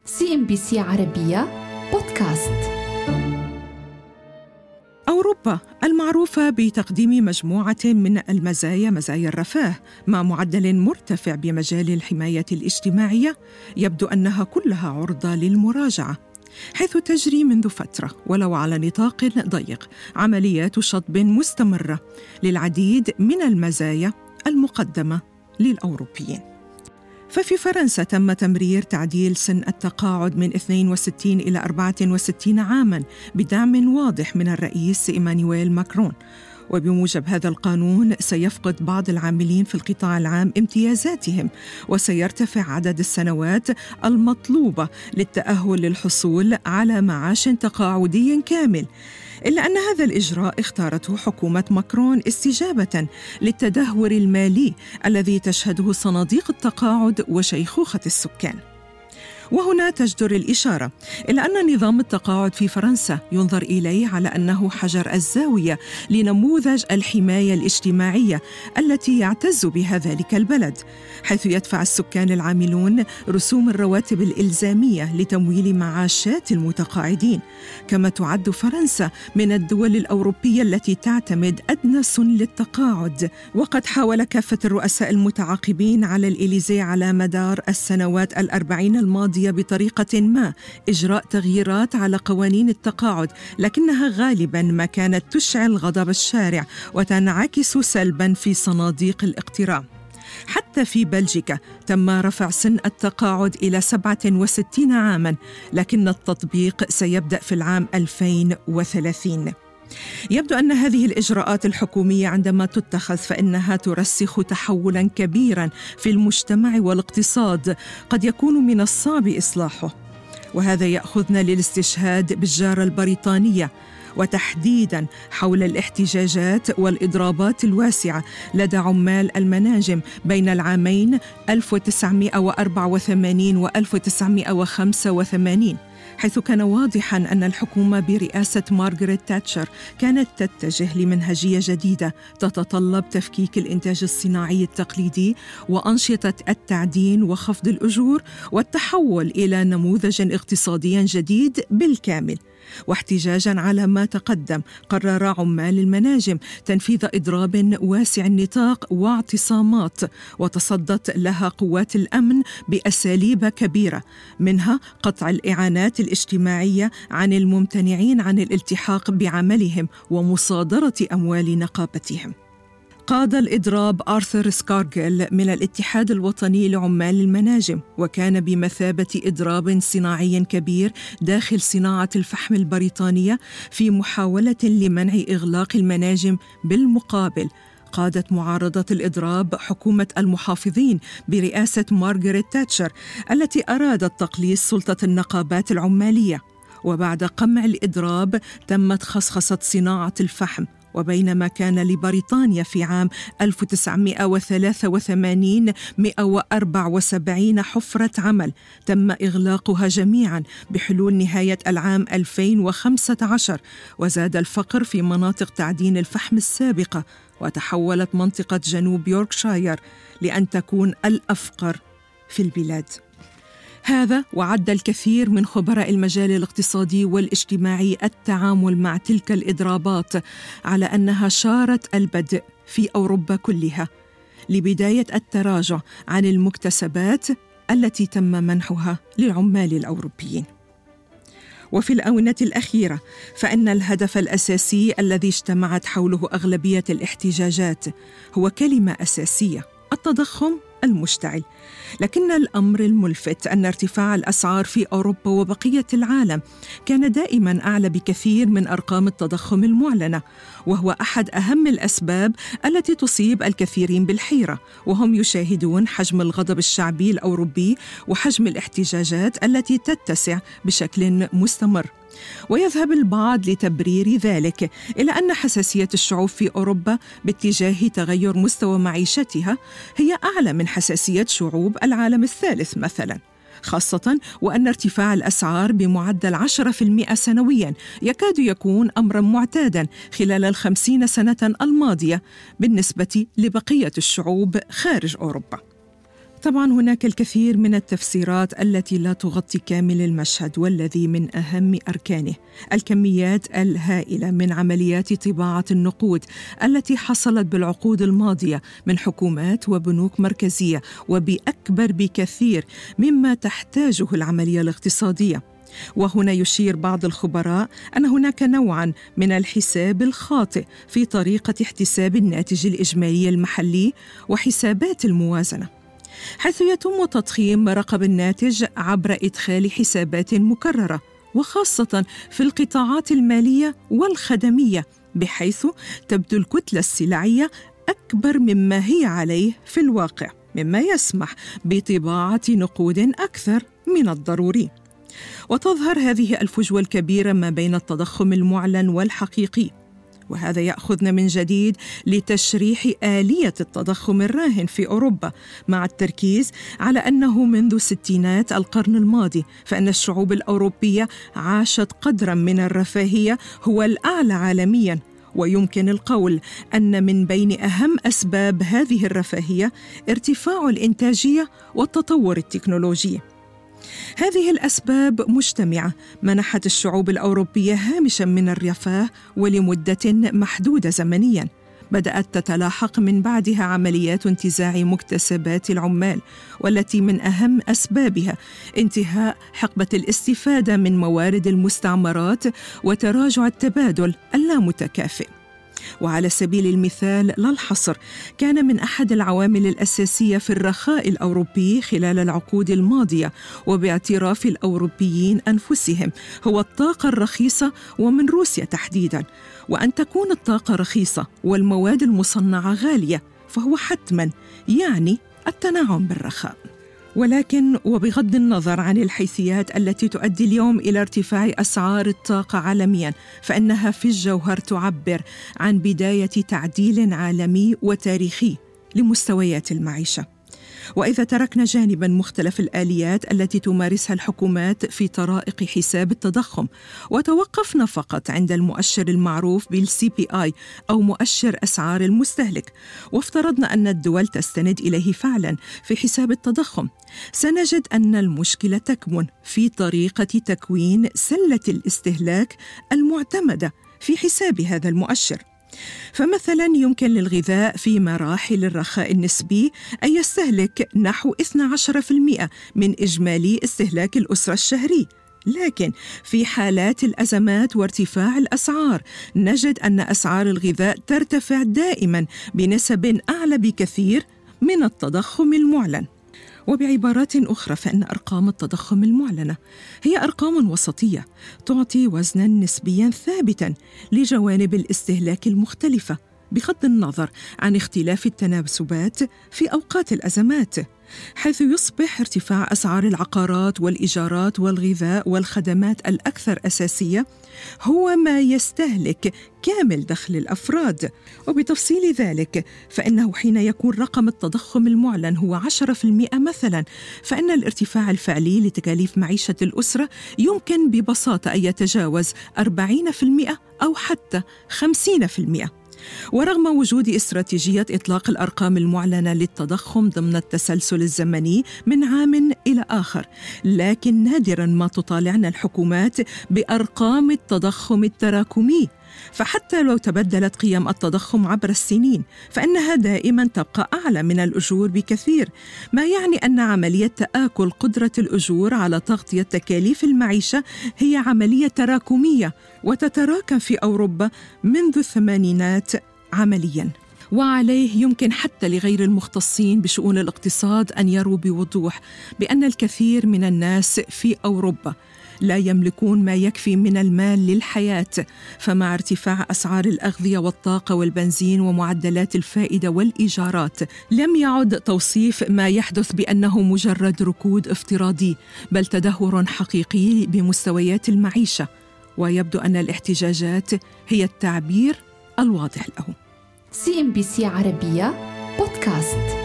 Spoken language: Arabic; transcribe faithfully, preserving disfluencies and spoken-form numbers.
سي إم بي سي عربية بودكاست. أوروبا المعروفة بتقديم مجموعة من المزايا مزايا الرفاه مع معدل مرتفع بمجال الحماية الاجتماعية، يبدو أنها كلها عرضة للمراجعة، حيث تجري منذ فترة ولو على نطاق ضيق عمليات شطب مستمرة للعديد من المزايا المقدمة للأوروبيين. ففي فرنسا تم تمرير تعديل سن التقاعد من اثنين وستين إلى أربعة وستين عاماً بدعم واضح من الرئيس إيمانويل ماكرون، وبموجب هذا القانون سيفقد بعض العاملين في القطاع العام امتيازاتهم، وسيرتفع عدد السنوات المطلوبة للتأهل للحصول على معاش تقاعدي كامل. إلا أن هذا الإجراء اختارته حكومة ماكرون استجابة للتدهور المالي الذي تشهده صناديق التقاعد وشيخوخة السكان. وهنا تجدر الإشارة إلى أن نظام التقاعد في فرنسا ينظر إليه على أنه حجر الزاوية لنموذج الحماية الاجتماعية التي يعتز بها ذلك البلد، حيث يدفع السكان العاملون رسوم الرواتب الإلزامية لتمويل معاشات المتقاعدين. كما تعد فرنسا من الدول الأوروبية التي تعتمد أدنى سن للتقاعد، وقد حاول كافة الرؤساء المتعاقبين على الإليزيه على مدار السنوات الأربعين الماضية بطريقة ما إجراء تغييرات على قوانين التقاعد، لكنها غالباً ما كانت تشعل غضب الشارع وتنعكس سلباً في صناديق الاقتراع. حتى في بلجيكا تم رفع سن التقاعد إلى سبعة وستين عاماً، لكن التطبيق سيبدأ في العام ألفين وثلاثين. يبدو أن هذه الإجراءات الحكومية عندما تتخذ فإنها ترسخ تحولاً كبيراً في المجتمع والاقتصاد قد يكون من الصعب إصلاحه، وهذا يأخذنا للاستشهاد بالجارة البريطانية، وتحديداً حول الاحتجاجات والإضرابات الواسعة لدى عمال المناجم بين العامين ألف وتسعمائة وأربعة وثمانين و ألف وتسعمائة وخمسة وثمانين، حيث كان واضحاً أن الحكومة برئاسة مارغريت تاتشر كانت تتجه لمنهجية جديدة تتطلب تفكيك الإنتاج الصناعي التقليدي وأنشطة التعدين وخفض الأجور والتحول إلى نموذج اقتصادي جديد بالكامل. واحتجاجاً على ما تقدم، قرر عمال المناجم تنفيذ إضراب واسع النطاق واعتصامات، وتصدت لها قوات الأمن بأساليب كبيرة، منها قطع الإعانات الاجتماعية عن الممتنعين عن الالتحاق بعملهم ومصادرة أموال نقابتهم. قاد الإضراب آرثر سكارغيل من الاتحاد الوطني لعمال المناجم، وكان بمثابة إضراب صناعي كبير داخل صناعة الفحم البريطانية في محاولة لمنع إغلاق المناجم. بالمقابل قادت معارضة الإضراب حكومة المحافظين برئاسة مارغريت تاتشر التي أرادت تقليص سلطة النقابات العمالية. وبعد قمع الإضراب تمت خصخصة صناعة الفحم، وبينما كان لبريطانيا في عام ألف وتسعمائة وثلاثة وثمانين مئة وأربعة وسبعين حفرة عمل تم إغلاقها جميعاً بحلول نهاية العام ألفين وخمسة عشر، وزاد الفقر في مناطق تعدين الفحم السابقة، وتحولت منطقة جنوب يوركشاير لأن تكون الأفقر في البلاد. هذا وعد الكثير من خبراء المجال الاقتصادي والاجتماعي التعامل مع تلك الإضرابات على أنها شارة البدء في أوروبا كلها لبداية التراجع عن المكتسبات التي تم منحها للعمال الأوروبيين. وفي الآونة الأخيرة فإن الهدف الأساسي الذي اجتمعت حوله أغلبية الاحتجاجات هو كلمة أساسية: التضخم المشتعل. لكن الأمر الملفت أن ارتفاع الأسعار في أوروبا وبقية العالم كان دائماً أعلى بكثير من أرقام التضخم المعلنة، وهو أحد أهم الأسباب التي تصيب الكثيرين بالحيرة وهم يشاهدون حجم الغضب الشعبي الأوروبي وحجم الاحتجاجات التي تتسع بشكل مستمر. ويذهب البعض لتبرير ذلك إلى أن حساسية الشعوب في أوروبا باتجاه تغير مستوى معيشتها هي أعلى من حساسية شعوب العالم الثالث مثلاً، خاصة وأن ارتفاع الأسعار بمعدل عشرة بالمئة سنوياً يكاد يكون أمراً معتاداً خلال الخمسين سنة الماضية بالنسبة لبقية الشعوب خارج أوروبا. طبعاً هناك الكثير من التفسيرات التي لا تغطي كامل المشهد، والذي من أهم أركانه الكميات الهائلة من عمليات طباعة النقود التي حصلت بالعقود الماضية من حكومات وبنوك مركزية، وبأكبر بكثير مما تحتاجه العملية الاقتصادية. وهنا يشير بعض الخبراء أن هناك نوعاً من الحساب الخاطئ في طريقة احتساب الناتج الإجمالي المحلي وحسابات الموازنة، حيث يتم تضخيم رقم الناتج عبر إدخال حسابات مكررة، وخاصة في القطاعات المالية والخدمية، بحيث تبدو الكتلة السلعية أكبر مما هي عليه في الواقع، مما يسمح بطباعة نقود أكثر من الضروري. وتظهر هذه الفجوة الكبيرة ما بين التضخم المعلن والحقيقي، وهذا يأخذنا من جديد لتشريح آلية التضخم الراهن في أوروبا، مع التركيز على أنه منذ ستينات القرن الماضي فإن الشعوب الأوروبية عاشت قدراً من الرفاهية هو الأعلى عالمياً. ويمكن القول أن من بين أهم أسباب هذه الرفاهية ارتفاع الإنتاجية والتطور التكنولوجي. هذه الأسباب مجتمعة منحت الشعوب الأوروبية هامشاً من الرفاه ولمدة محدودة زمنياً، بدأت تتلاحق من بعدها عمليات انتزاع مكتسبات العمال، والتي من أهم أسبابها انتهاء حقبة الاستفادة من موارد المستعمرات وتراجع التبادل اللامتكافئ. وعلى سبيل المثال لا الحصر، كان من أحد العوامل الأساسية في الرخاء الأوروبي خلال العقود الماضية وباعتراف الأوروبيين أنفسهم هو الطاقة الرخيصة، ومن روسيا تحديداً. وأن تكون الطاقة رخيصة والمواد المصنعة غالية فهو حتماً يعني التنعم بالرخاء. ولكن وبغض النظر عن الحيثيات التي تؤدي اليوم إلى ارتفاع أسعار الطاقة عالمياً، فإنها في الجوهر تعبر عن بداية تعديل عالمي وتاريخي لمستويات المعيشة. وإذا تركنا جانباً مختلف الآليات التي تمارسها الحكومات في طرائق حساب التضخم، وتوقفنا فقط عند المؤشر المعروف بالسي بي آي أو مؤشر أسعار المستهلك، وافترضنا أن الدول تستند إليه فعلاً في حساب التضخم، سنجد أن المشكلة تكمن في طريقة تكوين سلة الاستهلاك المعتمدة في حساب هذا المؤشر. فمثلاً يمكن للغذاء في مراحل الرخاء النسبي أن يستهلك نحو اثني عشر بالمئة من إجمالي استهلاك الأسرة الشهري، لكن في حالات الأزمات وارتفاع الأسعار نجد أن أسعار الغذاء ترتفع دائماً بنسب أعلى بكثير من التضخم المعلن. وبعبارات أخرى فإن أرقام التضخم المعلنة هي أرقام وسطية تعطي وزناً نسبياً ثابتاً لجوانب الاستهلاك المختلفة بغض النظر عن اختلاف التناسبات في أوقات الأزمات، حيث يصبح ارتفاع أسعار العقارات والإيجارات والغذاء والخدمات الأكثر أساسية هو ما يستهلك كامل دخل الأفراد. وبتفصيل ذلك فإنه حين يكون رقم التضخم المعلن هو عشرة بالمئة مثلاً، فإن الارتفاع الفعلي لتكاليف معيشة الأسرة يمكن ببساطة أن يتجاوز أربعين بالمئة أو حتى خمسين بالمئة. ورغم وجود استراتيجية إطلاق الأرقام المعلنة للتضخم ضمن التسلسل الزمني من عام إلى آخر، لكن نادراً ما تطالعنا الحكومات بأرقام التضخم التراكمي، فحتى لو تبدلت قيم التضخم عبر السنين فإنها دائماً تبقى أعلى من الأجور بكثير، ما يعني أن عملية تآكل قدرة الأجور على تغطية تكاليف المعيشة هي عملية تراكمية وتتراكم في أوروبا منذ الثمانينات عملياً. وعليه يمكن حتى لغير المختصين بشؤون الاقتصاد أن يروا بوضوح بأن الكثير من الناس في أوروبا لا يملكون ما يكفي من المال للحياة، فمع ارتفاع أسعار الأغذية والطاقة والبنزين ومعدلات الفائدة والإيجارات لم يعد توصيف ما يحدث بأنه مجرد ركود افتراضي، بل تدهور حقيقي بمستويات المعيشة، ويبدو أن الاحتجاجات هي التعبير الواضح له. سي إم بي سي عربية بودكاست.